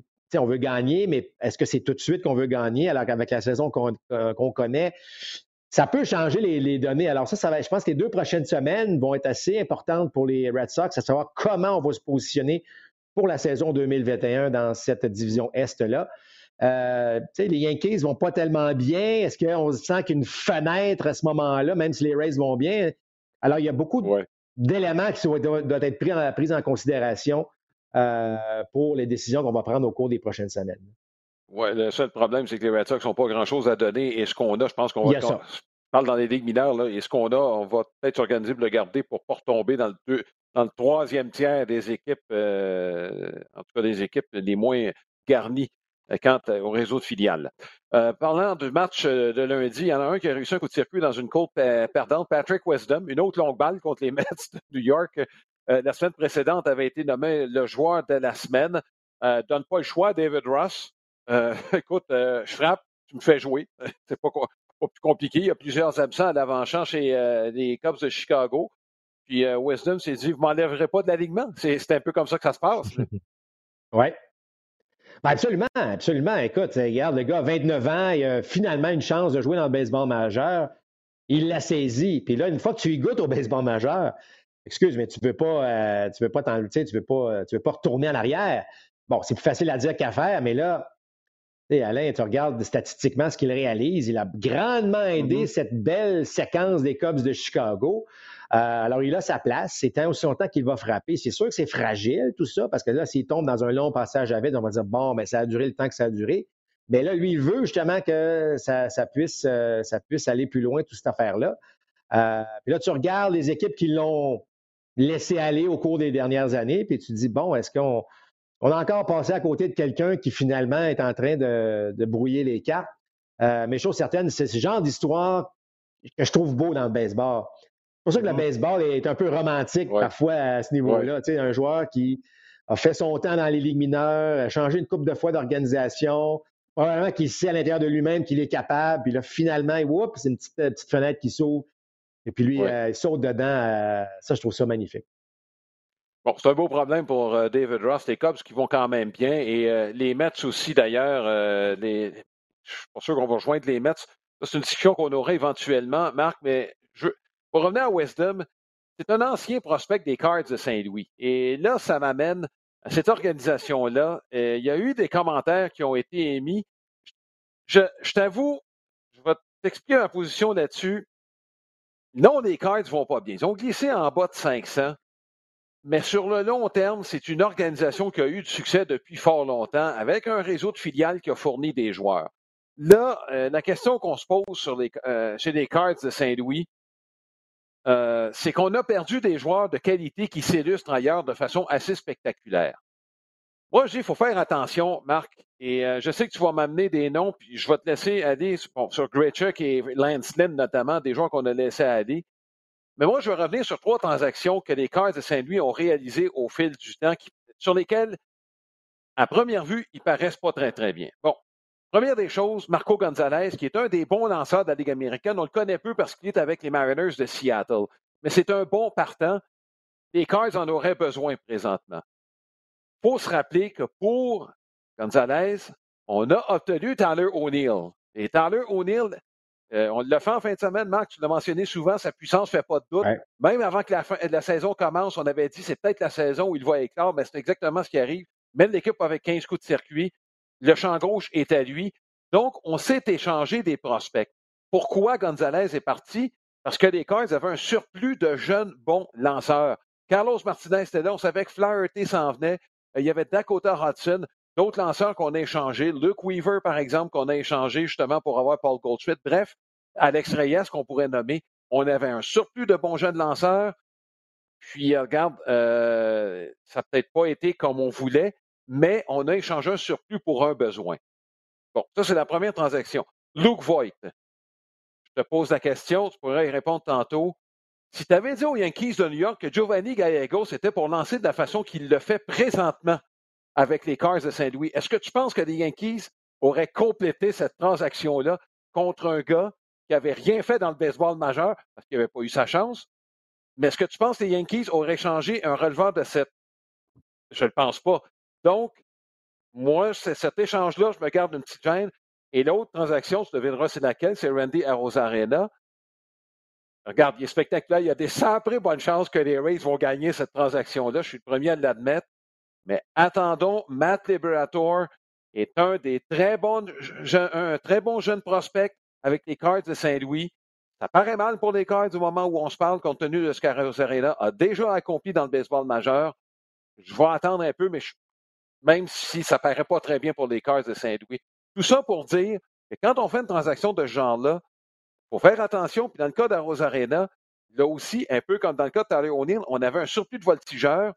gagner, mais est-ce que c'est tout de suite qu'on veut gagner alors qu'avec la saison qu'on connaît? Ça peut changer les données. Alors je pense que les 2 prochaines semaines vont être assez importantes pour les Red Sox, à savoir comment on va se positionner pour la saison 2021 dans cette division Est-là. Les Yankees vont pas tellement bien. Est-ce qu'on sent qu'une fenêtre à ce moment-là, même si les Rays vont bien? Alors, il y a beaucoup d'éléments qui doivent être pris en considération pour les décisions qu'on va prendre au cours des prochaines semaines. Oui, le seul problème, c'est que les Red Sox n'ont pas grand-chose à donner. Et ce qu'on a, je pense qu'on va. Je parle dans les ligues mineures, là, et ce qu'on a, on va peut-être s'organiser pour le garder pour ne pas retomber dans le troisième tiers des équipes, en tout cas des équipes les moins garnies quant au réseau de filiales. Parlant du match de lundi, il y en a un qui a réussi un coup de circuit dans une côte perdante, Patrick Wisdom, une autre longue balle contre les Mets de New York. La semaine précédente avait été nommé le joueur de la semaine. Donne pas le choix, David Ross. Écoute, je frappe, tu me fais jouer. C'est pas plus compliqué. Il y a plusieurs absents à l'avant-champ chez les Cubs de Chicago. Puis Wisdom s'est dit, vous ne m'enlèverez pas de l'alignement. C'est un peu comme ça que ça se passe. Oui. Ben absolument, absolument. Écoute, regarde, le gars a 29 ans, il a finalement une chance de jouer dans le baseball majeur. Il l'a saisi. Puis là, une fois que tu y goûtes au baseball majeur, excuse, mais tu ne veux pas tu veux pas retourner en arrière. Bon, c'est plus facile à dire qu'à faire, mais là, Alain, tu regardes statistiquement ce qu'il réalise. Il a grandement aidé cette belle séquence des Cubs de Chicago. Alors, il a sa place. C'est tant aussi longtemps qu'il va frapper. C'est sûr que c'est fragile, tout ça, parce que là, s'il tombe dans un long passage à vide, on va dire, bon, mais ça a duré le temps que ça a duré. Mais là, lui, il veut justement que ça puisse aller plus loin, toute cette affaire-là. Puis là, tu regardes les équipes qui l'ont laissé aller au cours des dernières années, puis tu te dis, bon, est-ce qu'on a encore passé à côté de quelqu'un qui finalement est en train de brouiller les cartes? Mais chose certaine, c'est ce genre d'histoire que je trouve beau dans le baseball. C'est pour ça que le baseball est un peu romantique parfois à ce niveau-là. Tu sais, un joueur qui a fait son temps dans les ligues mineures, a changé une couple de fois d'organisation, probablement qu'il sait à l'intérieur de lui-même qu'il est capable, puis là, finalement, c'est une petite fenêtre qui s'ouvre, et puis lui, il saute dedans. Ça, je trouve ça magnifique. Bon, c'est un beau problème pour David Ross, les Cubs qui vont quand même bien. Et les Mets aussi, d'ailleurs. Je ne suis pas sûr qu'on va rejoindre les Mets. C'est une discussion qu'on aurait éventuellement, Marc, mais pour revenir à Wisdom, c'est un ancien prospect des Cards de Saint-Louis. Et là, ça m'amène à cette organisation-là. Il y a eu des commentaires qui ont été émis. Je t'avoue, je vais t'expliquer ma position là-dessus. Non, les Cards ne vont pas bien. Ils ont glissé en bas de 500. Mais sur le long terme, c'est une organisation qui a eu du succès depuis fort longtemps, avec un réseau de filiales qui a fourni des joueurs. Là, la question qu'on se pose chez les Cards de Saint-Louis, c'est qu'on a perdu des joueurs de qualité qui s'illustrent ailleurs de façon assez spectaculaire. Moi, il faut faire attention, Marc, et je sais que tu vas m'amener des noms, puis je vais te laisser aller sur Grichuk et Lance Lynn, notamment, des joueurs qu'on a laissés aller. Mais moi, je vais revenir sur 3 transactions que les Cards de Saint-Louis ont réalisées au fil du temps, sur lesquelles, à première vue, ils paraissent pas très, très bien. Bon, Première des choses, Marco Gonzalez, qui est un des bons lanceurs de la Ligue américaine, on le connaît peu parce qu'il est avec les Mariners de Seattle, mais c'est un bon partant. Les Cards en auraient besoin présentement. Il faut se rappeler que pour Gonzalez, on a obtenu Tyler O'Neill. Et Tyler O'Neill, on l'a fait en fin de semaine, Marc, tu l'as mentionné souvent, sa puissance ne fait pas de doute. Ouais. Même avant que la saison commence, on avait dit c'est peut-être la saison où il va éclore, mais c'est exactement ce qui arrive. Même l'équipe avec 15 coups de circuit, le champ gauche est à lui. Donc, on s'est échangé des prospects. Pourquoi Gonzalez est parti? Parce que les Cards avaient un surplus de jeunes bons lanceurs. Carlos Martinez était là, on savait que Flaherty s'en venait. Il y avait Dakota Hudson, d'autres lanceurs qu'on a échangés. Luke Weaver, par exemple, qu'on a échangé justement pour avoir Paul Goldschmidt. Bref, Alex Reyes, qu'on pourrait nommer. On avait un surplus de bons jeunes lanceurs. Puis, regarde, ça n'a peut-être pas été comme on voulait, mais on a échangé un surplus pour un besoin. Bon, ça, c'est la première transaction. Luke Voigt, je te pose la question, tu pourrais y répondre tantôt. Si tu avais dit aux Yankees de New York que Giovanni Gallegos était pour lancer de la façon qu'il le fait présentement avec les Cards de Saint-Louis, est-ce que tu penses que les Yankees auraient complété cette transaction-là contre un gars qui n'avait rien fait dans le baseball majeur parce qu'il n'avait pas eu sa chance? Mais est-ce que tu penses que les Yankees auraient changé un releveur de cette? Je ne le pense pas. Donc, moi, cet échange-là, je me garde une petite gêne. Et l'autre transaction, tu devineras c'est laquelle, c'est Randy Arozarena. Regarde, il est spectaculaire. Il y a des saprées bonnes chances que les Rays vont gagner cette transaction-là. Je suis le premier à l'admettre. Mais attendons, Matt Liberator est un très bon jeune prospect avec les Cards de Saint-Louis. Ça paraît mal pour les Cards du moment où on se parle, compte tenu de ce qu'Arozarena a déjà accompli dans le baseball majeur. Je vais attendre un peu, mais même si ça paraît pas très bien pour les Cards de Saint-Louis. Tout ça pour dire que quand on fait une transaction de ce genre-là, il faut faire attention. Puis dans le cas d'Arozarena, là aussi, un peu comme dans le cas de Tyler O'Neill, on avait un surplus de voltigeurs.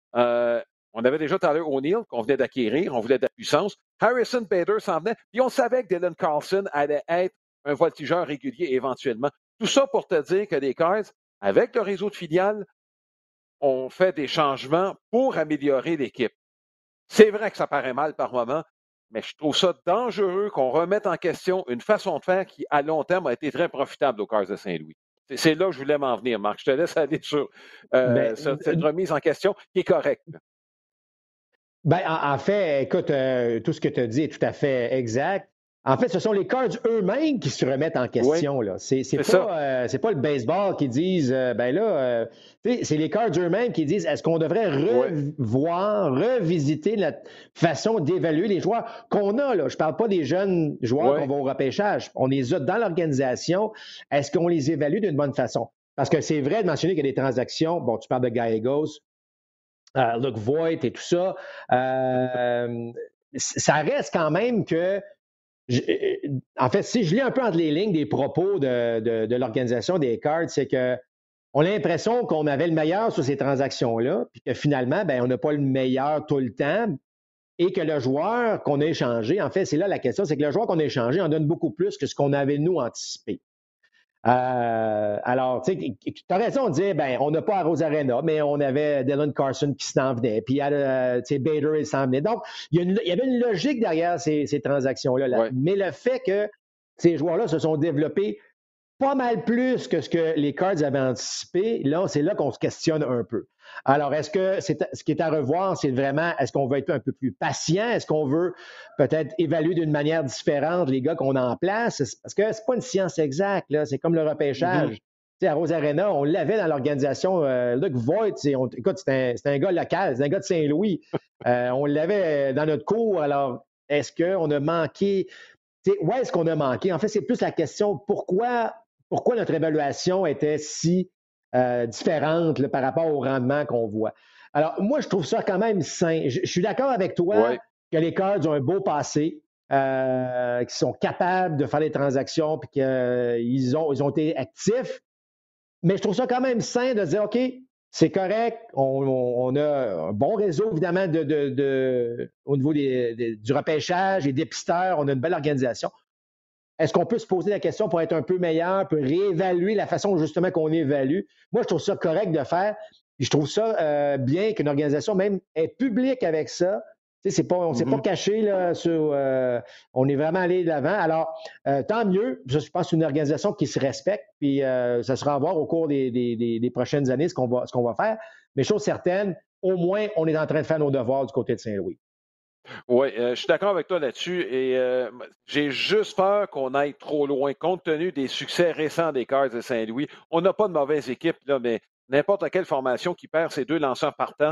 On avait déjà Tyler O'Neill qu'on venait d'acquérir, on voulait de la puissance. Harrison Bader s'en venait, puis on savait que Dylan Carlson allait être un voltigeur régulier éventuellement. Tout ça pour te dire que les Cards, avec le réseau de filiales, ont fait des changements pour améliorer l'équipe. C'est vrai que ça paraît mal par moment, mais je trouve ça dangereux qu'on remette en question une façon de faire qui, à long terme, a été très profitable aux Cards de Saint-Louis. C'est là que je voulais m'en venir, Marc. Je te laisse aller sur cette remise en question qui est correcte. Ben, en fait, écoute, tout ce que tu as dit est tout à fait exact. En fait, ce sont les Cards eux-mêmes qui se remettent en question. Là. C'est pas le baseball qui disent, c'est les Cards eux-mêmes qui disent, est-ce qu'on devrait revisiter la façon d'évaluer les joueurs qu'on a là. Je parle pas des jeunes joueurs qu'on va au repêchage. On les a dans l'organisation. Est-ce qu'on les évalue d'une bonne façon? Parce que c'est vrai de mentionner qu'il y a des transactions. Bon, tu parles de Gallegos. Luke Voigt et tout ça, ça reste quand même que, en fait, si je lis un peu entre les lignes des propos de l'organisation des Cards, c'est que on a l'impression qu'on avait le meilleur sur ces transactions-là, puis que finalement, ben, on n'a pas le meilleur tout le temps, et que le joueur qu'on a échangé, en fait, c'est là la question, c'est que le joueur qu'on a échangé en donne beaucoup plus que ce qu'on avait, nous, anticipé. Alors, tu as raison de dire, ben, on n'a pas Arozarena, mais on avait Dylan Carlson qui s'en venait, puis Bader, il s'en venait. Donc, il y avait une logique derrière ces transactions-là. Là. Mais le fait que ces joueurs-là se sont développés pas mal plus que ce que les Cards avaient anticipé, là, c'est là qu'on se questionne un peu. Alors, est-ce que ce qui est à revoir, c'est vraiment, est-ce qu'on veut être un peu plus patient? Est-ce qu'on veut peut-être évaluer d'une manière différente les gars qu'on a en place? Parce que c'est pas une science exacte, là. C'est comme le repêchage. Tu sais, à Arozarena, on l'avait dans l'organisation. Luke Voigt, écoute, c'est un gars local, c'est un gars de Saint-Louis. On l'avait dans notre cours. Alors, est-ce qu'on a manqué? Où est-ce qu'on a manqué? En fait, c'est plus la question pourquoi notre évaluation était si différente là, par rapport au rendement qu'on voit. Alors, moi, je trouve ça quand même sain. Je suis d'accord avec toi que les Cards ont un beau passé, qu'ils sont capables de faire des transactions puis qu'ils ont été actifs. Mais je trouve ça quand même sain de dire, OK, c'est correct, on a un bon réseau, évidemment, au niveau du repêchage et des pisteurs, on a une belle organisation. Est-ce qu'on peut se poser la question pour être un peu meilleur, pour réévaluer la façon justement qu'on évalue? Moi, je trouve ça correct de faire. Je trouve ça bien qu'une organisation même est publique avec ça. On ne s'est pas caché là, on est vraiment allé de l'avant. Alors, tant mieux. Je pense que c'est une organisation qui se respecte, puis ça sera à voir au cours des prochaines années ce qu'on va faire. Mais chose certaine, au moins, on est en train de faire nos devoirs du côté de Saint-Louis. Oui, je suis d'accord avec toi là-dessus et j'ai juste peur qu'on aille trop loin compte tenu des succès récents des Cards de Saint-Louis. On n'a pas de mauvaise équipe, là, mais n'importe quelle formation qui perd ses deux lanceurs partants,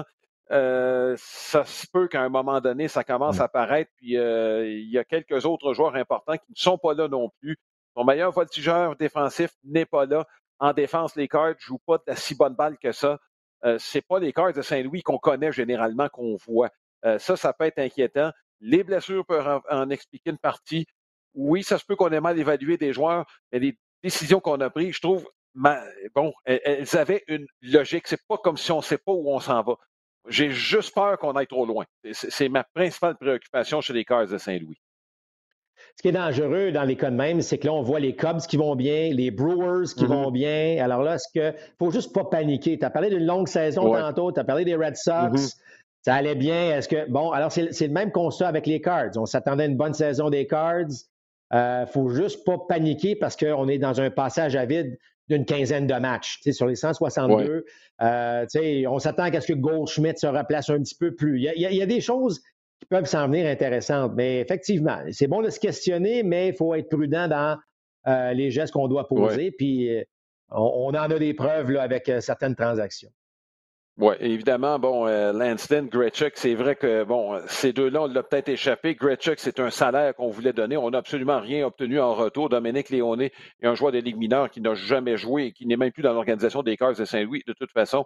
ça se peut qu'à un moment donné, ça commence à apparaître. Puis il y a quelques autres joueurs importants qui ne sont pas là non plus. Son meilleur voltigeur défensif n'est pas là. En défense, les Cards ne jouent pas de la si bonne balle que ça. C'est pas les Cards de Saint-Louis qu'on connaît généralement, qu'on voit. Ça peut être inquiétant. Les blessures peuvent en expliquer une partie. Oui, ça se peut qu'on ait mal évalué des joueurs, mais les décisions qu'on a prises, je trouve, bon, elles avaient une logique. C'est pas comme si on ne sait pas où on s'en va. J'ai juste peur qu'on aille trop loin. C'est ma principale préoccupation chez les Cards de Saint-Louis. Ce qui est dangereux dans les cas de même, c'est que là, on voit les Cubs qui vont bien, les Brewers qui vont bien. Alors là, faut juste pas paniquer. Tu as parlé d'une longue saison tantôt, tu as parlé des Red Sox. Ça allait bien. Bon, alors c'est le même constat avec les Cards. On s'attendait à une bonne saison des Cards. Faut juste pas paniquer parce qu'on est dans un passage à vide d'une quinzaine de matchs. Sur les 162, on s'attend à ce que Goldschmidt se replace un petit peu plus. Il y a des choses qui peuvent s'en venir intéressantes. Mais effectivement, c'est bon de se questionner, mais il faut être prudent dans les gestes qu'on doit poser. Puis on en a des preuves là, avec certaines transactions. Oui, évidemment, bon, Lanston, Grechuk, c'est vrai que, bon, ces deux-là, on l'a peut-être échappé. Grechuk, c'est un salaire qu'on voulait donner. On n'a absolument rien obtenu en retour. Dominique Léoné est un joueur de Ligue mineure qui n'a jamais joué et qui n'est même plus dans l'organisation des Cards de Saint-Louis, de toute façon.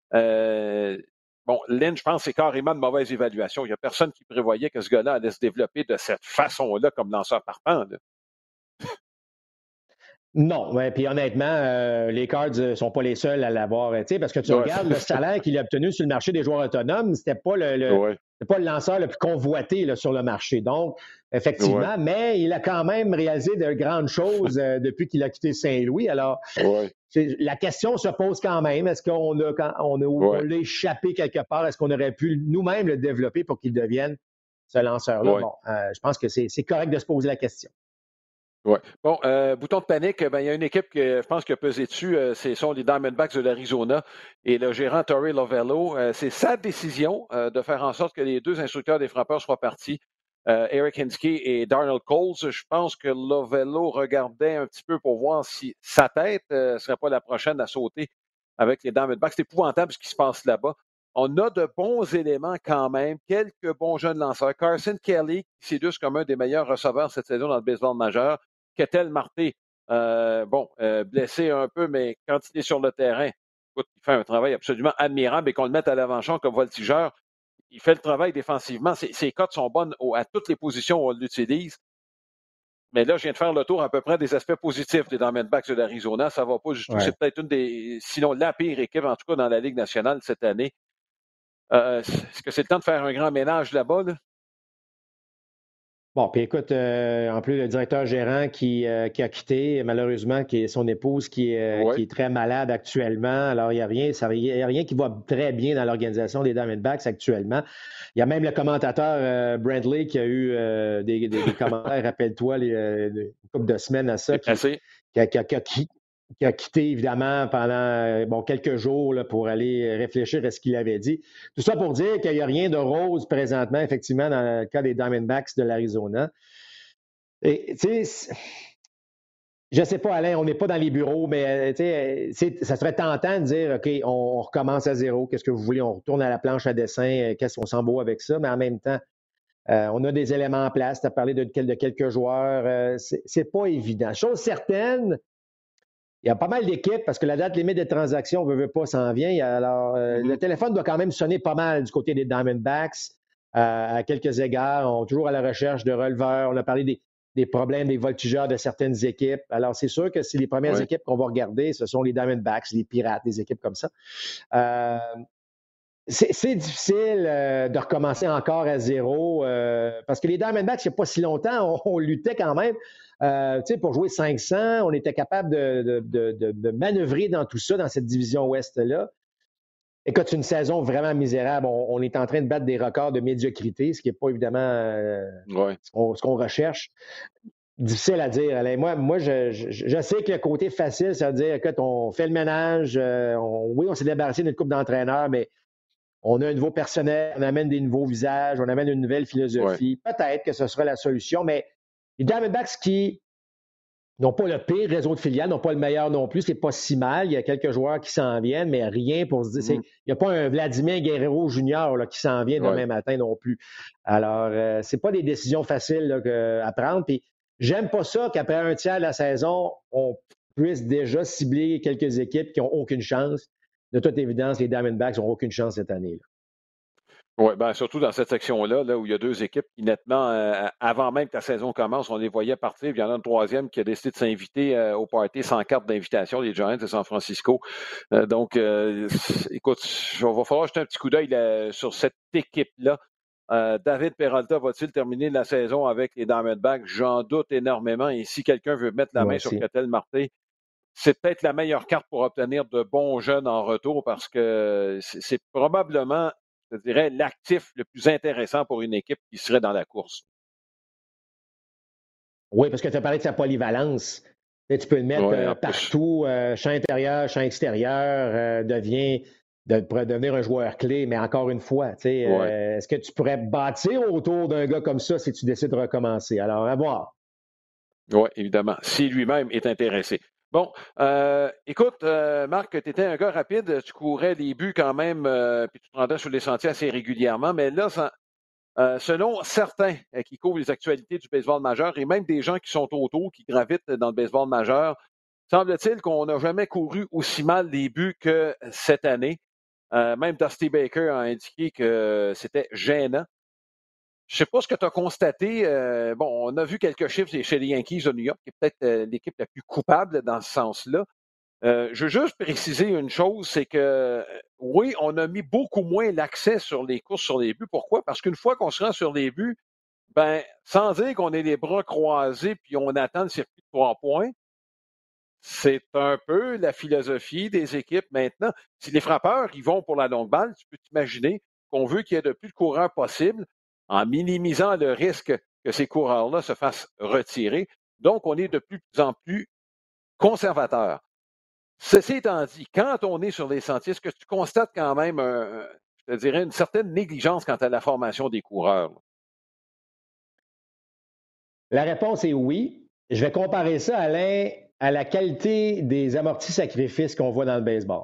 Bon, Lynn, je pense que c'est carrément de mauvaise évaluation. Il n'y a personne qui prévoyait que ce gars-là allait se développer de cette façon-là comme lanceur partant. Non, ouais, puis honnêtement, les Cards ne sont pas les seuls à l'avoir, parce que tu regardes le salaire qu'il a obtenu sur le marché des joueurs autonomes, c'était pas pas le lanceur le plus convoité là, sur le marché. Donc, effectivement, mais il a quand même réalisé de grandes choses depuis qu'il a quitté Saint-Louis. Alors, la question se pose quand même, est-ce qu'on l'a échappé quelque part? Est-ce qu'on aurait pu nous-mêmes le développer pour qu'il devienne ce lanceur-là? Bon, je pense que c'est correct de se poser la question. Oui. Bon, bouton de panique, il y a une équipe que je pense qui a pesé dessus, ce sont les Diamondbacks de l'Arizona et le gérant Torey Lovello. C'est sa décision de faire en sorte que les deux instructeurs des frappeurs soient partis, Eric Hinske et Darnell Coles. Je pense que Lovello regardait un petit peu pour voir si sa tête ne serait pas la prochaine à sauter avec les Diamondbacks. C'est épouvantable ce qui se passe là-bas. On a de bons éléments quand même, quelques bons jeunes lanceurs. Carson Kelly, qui s'illustre comme un des meilleurs receveurs cette saison dans le baseball majeur. Ketel Marté, blessé un peu, mais quand il est sur le terrain, écoute, il fait un travail absolument admirable et qu'on le mette à l'avant-champ comme voltigeur, il fait le travail défensivement. Ses cotes sont bonnes à toutes les positions où on l'utilise. Mais là, je viens de faire le tour à peu près des aspects positifs des Diamondbacks de l'Arizona. Ça va pas du tout. C'est peut-être sinon la pire équipe, en tout cas dans la Ligue nationale cette année. Est-ce que c'est le temps de faire un grand ménage là-bas? Là? Bon, puis écoute, en plus, le directeur gérant qui a quitté, malheureusement, qui est son épouse qui est très malade actuellement. Alors, il n'y a rien qui va très bien dans l'organisation des Diamondbacks actuellement. Il y a même le commentateur Brandley qui a eu des commentaires, rappelle-toi, une couple de semaines à ça, qui a quitté, évidemment, pendant quelques jours là, pour aller réfléchir à ce qu'il avait dit. Tout ça pour dire qu'il n'y a rien de rose présentement, effectivement, dans le cas des Diamondbacks de l'Arizona. Et, tu sais, je ne sais pas, Alain, on n'est pas dans les bureaux, mais ça serait tentant de dire, OK, on recommence à zéro, qu'est-ce que vous voulez, on retourne à la planche à dessin, qu'est-ce qu'on s'en va avec ça, mais en même temps, on a des éléments en place, tu as parlé de quelques joueurs, c'est pas évident. Chose certaine, il y a pas mal d'équipes parce que la date limite des transactions, veut pas, s'en vient. Alors, le téléphone doit quand même sonner pas mal du côté des Diamondbacks à quelques égards. On est toujours à la recherche de releveurs. On a parlé des problèmes des voltigeurs de certaines équipes. Alors, c'est sûr que c'est les premières équipes qu'on va regarder. Ce sont les Diamondbacks, les Pirates, des équipes comme ça. C'est difficile de recommencer encore à zéro parce que les Diamondbacks, il n'y a pas si longtemps, on luttait quand même. Pour jouer 500, on était capable de manœuvrer dans tout ça, dans cette division ouest-là. Écoute, c'est une saison vraiment misérable. On est en train de battre des records de médiocrité, ce qui n'est pas évidemment Ouais. ce qu'on recherche. Difficile à dire, Alain. Moi je sais que le côté facile, ça veut dire, écoute, on fait le ménage, oui, on s'est débarrassé d'une couple d'entraîneurs, mais on a un nouveau personnel, on amène des nouveaux visages, on amène une nouvelle philosophie. Ouais. Peut-être que ce sera la solution, mais les Diamondbacks qui n'ont pas le pire réseau de filiales, n'ont pas le meilleur non plus, c'est pas si mal. Il y a quelques joueurs qui s'en viennent, mais rien pour se dire. Il n'y a pas un Vladimir Guerrero Junior là, qui s'en vient demain matin non plus. Alors, c'est pas des décisions faciles là, à prendre. Puis, j'aime pas ça qu'après un tiers de la saison, on puisse déjà cibler quelques équipes qui n'ont aucune chance. De toute évidence, les Diamondbacks n'ont aucune chance cette année. Là. Oui, bien surtout dans cette section-là, là, où il y a deux équipes qui, nettement, avant même que la saison commence, on les voyait partir. Puis il y en a une troisième qui a décidé de s'inviter au party sans carte d'invitation, les Giants de San Francisco. Écoute, il va falloir jeter un petit coup d'œil sur cette équipe-là. David Peralta va-t-il terminer la saison avec les Diamondbacks? J'en doute énormément. Et si quelqu'un veut mettre la main sur Ketel Marte, c'est peut-être la meilleure carte pour obtenir de bons jeunes en retour parce que c'est probablement, je dirais, l'actif le plus intéressant pour une équipe qui serait dans la course. Oui, parce que tu as parlé de sa polyvalence. Tu peux le mettre partout, champ intérieur, champ extérieur, pourrait devenir un joueur clé, mais encore une fois, est-ce que tu pourrais bâtir autour d'un gars comme ça si tu décides de recommencer? Alors, à voir. Oui, évidemment, si lui-même est intéressé. Bon, écoute, Marc, tu étais un gars rapide, tu courais les buts quand même, puis tu te rendais sur les sentiers assez régulièrement, mais là, selon certains qui couvrent les actualités du baseball majeur et même des gens qui sont autour, qui gravitent dans le baseball majeur, semble-t-il qu'on n'a jamais couru aussi mal les buts que cette année. Même Dusty Baker a indiqué que c'était gênant. Je ne sais pas ce que tu as constaté. On a vu quelques chiffres chez les Yankees de New York, qui est peut-être l'équipe la plus coupable dans ce sens-là. Je veux juste préciser une chose, c'est que oui, on a mis beaucoup moins l'accès sur les courses sur les buts. Pourquoi? Parce qu'une fois qu'on se rend sur les buts, sans dire qu'on est les bras croisés puis on attend le circuit de 3 points, c'est un peu la philosophie des équipes maintenant. Si les frappeurs ils vont pour la longue balle, tu peux t'imaginer qu'on veut qu'il y ait le plus de coureurs possible en minimisant le risque que ces coureurs-là se fassent retirer. Donc, on est de plus en plus conservateur. Ceci étant dit, quand on est sur les sentiers, est-ce que tu constates quand même, je te dirais, une certaine négligence quant à la formation des coureurs? La réponse est oui. Je vais comparer ça, Alain, à la qualité des amortis sacrifices qu'on voit dans le baseball.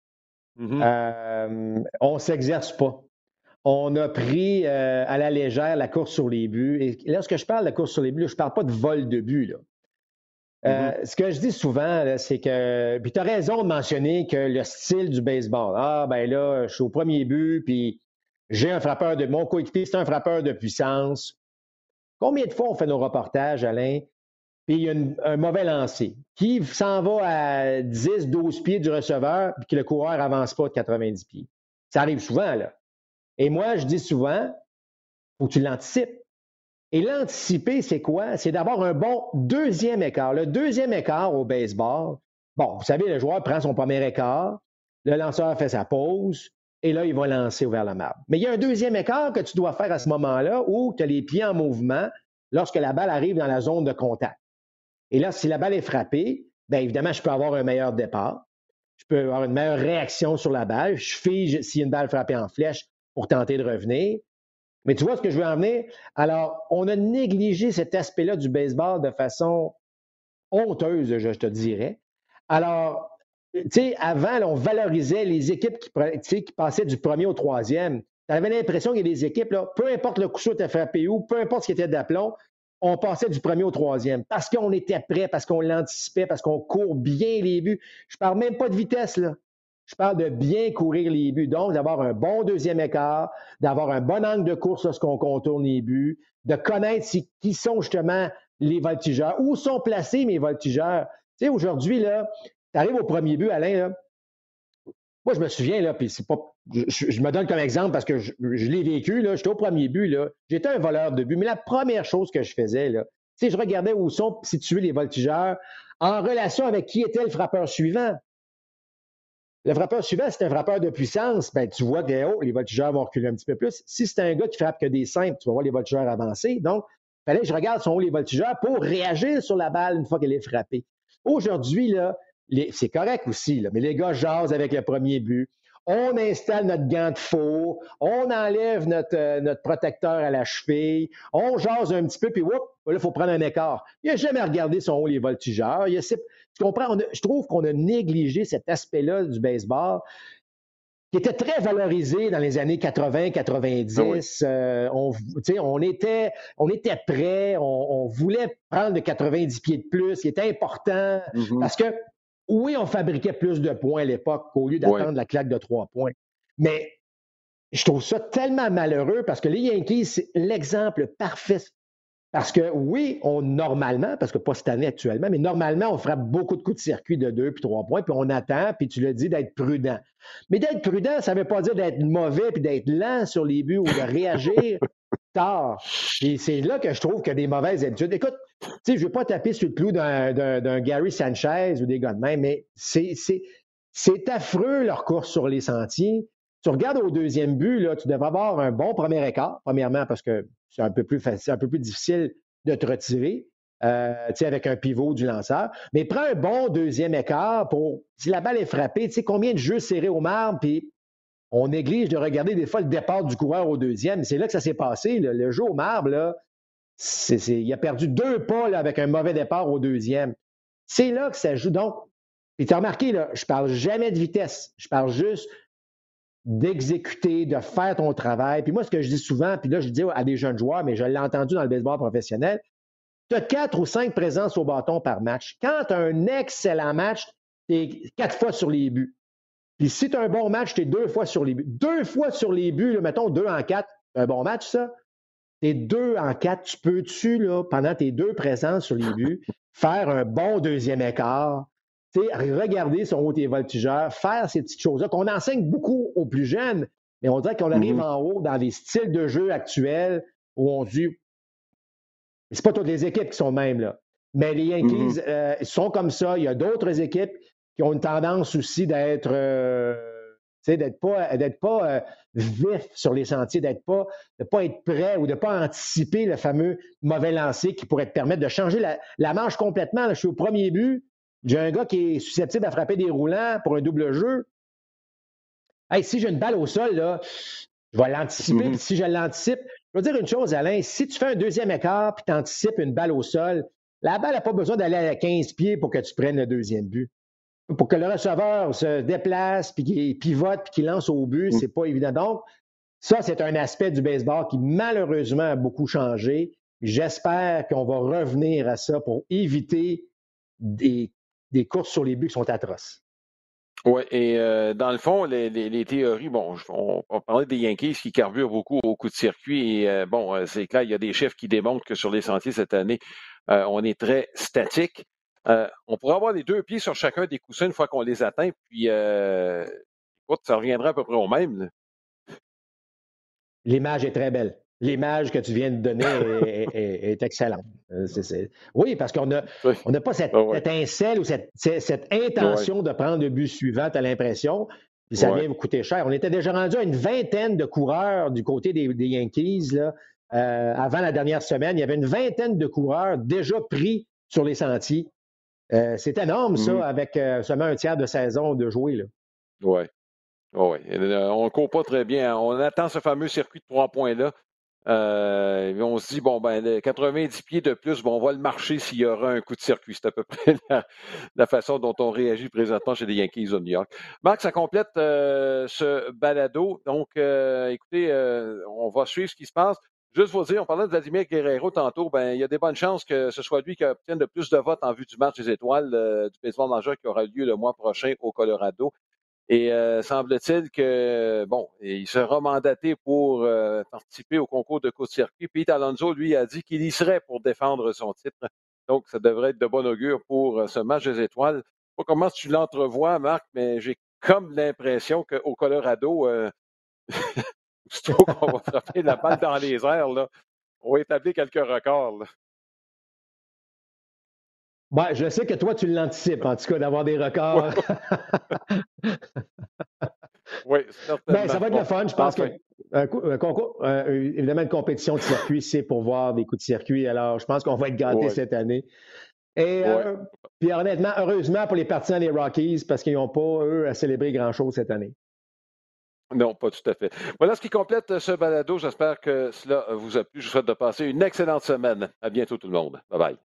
On ne s'exerce pas. On a pris à la légère la course sur les buts. Et lorsque je parle de course sur les buts, je ne parle pas de vol de but. Ce que je dis souvent, là, c'est que. Puis tu as raison de mentionner que le style du baseball. Ah, ben là, je suis au premier but, puis j'ai un frappeur de. Mon coéquipier, c'est un frappeur de puissance. Combien de fois on fait nos reportages, Alain, puis il y a un mauvais lancer qui s'en va à 10, 12 pieds du receveur, puis que le coureur n'avance pas de 90 pieds. Ça arrive souvent, là. Et moi, je dis souvent, faut que tu l'anticipes. Et l'anticiper, c'est quoi? C'est d'avoir un bon deuxième écart. Le deuxième écart au baseball, bon, vous savez, le joueur prend son premier écart, le lanceur fait sa pause, et là, il va lancer vers la marbre. Mais il y a un deuxième écart que tu dois faire à ce moment-là où tu as les pieds en mouvement lorsque la balle arrive dans la zone de contact. Et là, si la balle est frappée, bien évidemment, je peux avoir un meilleur départ. Je peux avoir une meilleure réaction sur la balle. Je fige s'il y a une balle frappée en flèche pour tenter de revenir. Mais tu vois ce que je veux en venir? Alors, on a négligé cet aspect-là du baseball de façon honteuse, je te dirais. Alors, tu sais, avant, là, on valorisait les équipes qui passaient du premier au troisième. Tu avais l'impression qu'il y a des équipes, là, peu importe le coup sûr était frappé où, peu importe ce qui était d'aplomb, on passait du premier au troisième parce qu'on était prêt, parce qu'on l'anticipait, parce qu'on court bien les buts. Je ne parle même pas de vitesse, là. Je parle de bien courir les buts. Donc, d'avoir un bon deuxième écart, d'avoir un bon angle de course lorsqu'on contourne les buts, de connaître qui sont justement les voltigeurs, où sont placés mes voltigeurs. Tu sais, aujourd'hui, là, tu arrives au premier but, Alain, là. Moi, je me souviens, là, puis c'est pas. Je me donne comme exemple parce que je l'ai vécu, là. J'étais au premier but, là. J'étais un voleur de but. Mais la première chose que je faisais, là, tu sais, je regardais où sont situés les voltigeurs en relation avec qui était le frappeur suivant. Le frappeur suivant, c'est un frappeur de puissance, ben, tu vois que les voltigeurs vont reculer un petit peu plus. Si c'est un gars qui frappe que des simples, tu vas voir les voltigeurs avancer. Donc, il fallait que je regarde son haut les voltigeurs pour réagir sur la balle une fois qu'elle est frappée. Aujourd'hui, là, c'est correct aussi, là, mais les gars jasent avec le premier but. On installe notre gant de faux, on enlève notre protecteur à la cheville, on jase un petit peu, puis là, il faut prendre un écart. Il n'a jamais regardé son haut les voltigeurs. Tu comprends? Je trouve qu'on a négligé cet aspect-là du baseball qui était très valorisé dans les années 80-90. On était prêts, on voulait prendre de 90 pieds de plus, qui était important parce que, oui, on fabriquait plus de points à l'époque qu'au lieu d'attendre la claque de 3 points. Mais je trouve ça tellement malheureux parce que les Yankees, c'est l'exemple parfait. Parce que oui, normalement, parce que pas cette année actuellement, mais normalement, on frappe beaucoup de coups de circuit de 2 puis 3 points, puis on attend, puis tu l'as dit, d'être prudent. Mais d'être prudent, ça ne veut pas dire d'être mauvais puis d'être lent sur les buts ou de réagir tard. Et c'est là que je trouve qu'il y a des mauvaises habitudes. Écoute, tu sais, je ne veux pas taper sur le clou d'un Gary Sanchez ou des gars de même, mais c'est affreux leur course sur les sentiers. Tu regardes au deuxième but, là, tu devrais avoir un bon premier écart, premièrement, parce que c'est un peu plus facile, un peu plus difficile de te retirer, avec un pivot du lanceur. Mais prends un bon deuxième écart pour, si la balle est frappée, tu sais, combien de jeux serrés au marbre, puis on néglige de regarder des fois le départ du coureur au deuxième. C'est là que ça s'est passé. Là. Le jeu au marbre, là, il a perdu 2 pas là, avec un mauvais départ au deuxième. C'est là que ça joue. Donc, puis tu as remarqué, là, je parle jamais de vitesse. Je parle juste d'exécuter, de faire ton travail. Puis moi, ce que je dis souvent, puis là, je dis à des jeunes joueurs, mais je l'ai entendu dans le baseball professionnel, tu as 4 ou 5 présences au bâton par match. Quand tu as un excellent match, tu es 4 fois sur les buts. Puis si tu as un bon match, tu es 2 fois sur les buts. 2 fois sur les buts, là, mettons 2 en 4, c'est un bon match, ça. Tu es 2 en 4, tu peux-tu, là, pendant tes 2 présences sur les buts, faire un bon deuxième écart, regarder son haut et voltigeur, faire ces petites choses-là qu'on enseigne beaucoup aux plus jeunes, mais on dirait qu'on arrive en haut dans les styles de jeu actuels où on dit c'est pas toutes les équipes qui sont mêmes, là. Mais les Yankees sont comme ça. Il y a d'autres équipes qui ont une tendance aussi d'être d'être pas vif sur les sentiers, de ne pas être prêt ou de ne pas anticiper le fameux mauvais lancer qui pourrait te permettre de changer la manche complètement. Là, je suis au premier but. J'ai un gars qui est susceptible à frapper des roulants pour un double jeu. Hey, si j'ai une balle au sol, là, je vais l'anticiper. Puis si je l'anticipe, je vais dire une chose, Alain, si tu fais un deuxième écart puis tu anticipes une balle au sol, la balle n'a pas besoin d'aller à 15 pieds pour que tu prennes le deuxième but. Pour que le receveur se déplace, puis qu'il pivote, puis qu'il lance au but, c'est pas évident. Donc, ça, c'est un aspect du baseball qui, malheureusement, a beaucoup changé. J'espère qu'on va revenir à ça pour éviter des courses sur les buts qui sont atroces. Oui, et dans le fond, les théories, bon, on parlait des Yankees qui carburent beaucoup au coup de circuit. Et c'est clair, il y a des chiffres qui démontrent que sur les sentiers cette année, on est très statique. On pourrait avoir les 2 pieds sur chacun des coussins une fois qu'on les atteint, puis écoute, ça reviendra à peu près au même. Là. L'image est très belle. L'image que tu viens de donner est excellente. Oui, parce qu'on n'a pas cette étincelle ou cette intention de prendre le but suivant, tu as l'impression, puis ça vient vous coûter cher. On était déjà rendu à une vingtaine de coureurs du côté des Yankees. Là, avant la dernière semaine, il y avait une vingtaine de coureurs déjà pris sur les sentiers. C'est énorme, ça, avec seulement un tiers de saison de jouer. Oui. Oui, on ne court pas très bien. On attend ce fameux circuit de 3 points-là. On se dit, bon, ben, 90 pieds de plus, bon, on va le marcher s'il y aura un coup de circuit. C'est à peu près la façon dont on réagit présentement chez les Yankees de New York. Marc, ça complète ce balado. Donc, écoutez, on va suivre ce qui se passe. Juste vous dire, on parlait de Vladimir Guerrero tantôt, ben, il y a des bonnes chances que ce soit lui qui obtienne le plus de votes en vue du match des étoiles du baseball majeur qui aura lieu le mois prochain au Colorado. Et semble-t-il que, bon, il sera mandaté pour participer au concours de court-circuit. Pete Alonso, lui, a dit qu'il y serait pour défendre son titre. Donc, ça devrait être de bon augure pour ce match des étoiles. Je sais pas comment tu l'entrevois, Marc, mais j'ai comme l'impression qu'au Colorado, aussitôt qu'on va frapper la balle dans les airs, là, on va établir quelques records. Là. Ouais, je sais que toi, tu l'anticipes, en tout cas, d'avoir des records. Oui, Ben, ça certainement. va être Bon, le fun. Je pense que enfin, un concours, évidemment, une compétition de circuit, c'est pour voir des coups de circuit. Alors, je pense qu'on va être gâtés oui, cette année. Et oui. puis, honnêtement, heureusement pour les partisans des Rockies, parce qu'ils n'ont pas, eux, à célébrer grand-chose cette année. Non, pas tout à fait. Voilà ce qui complète ce balado. J'espère que cela vous a plu. Je vous souhaite de passer une excellente semaine. À bientôt tout le monde. Bye bye.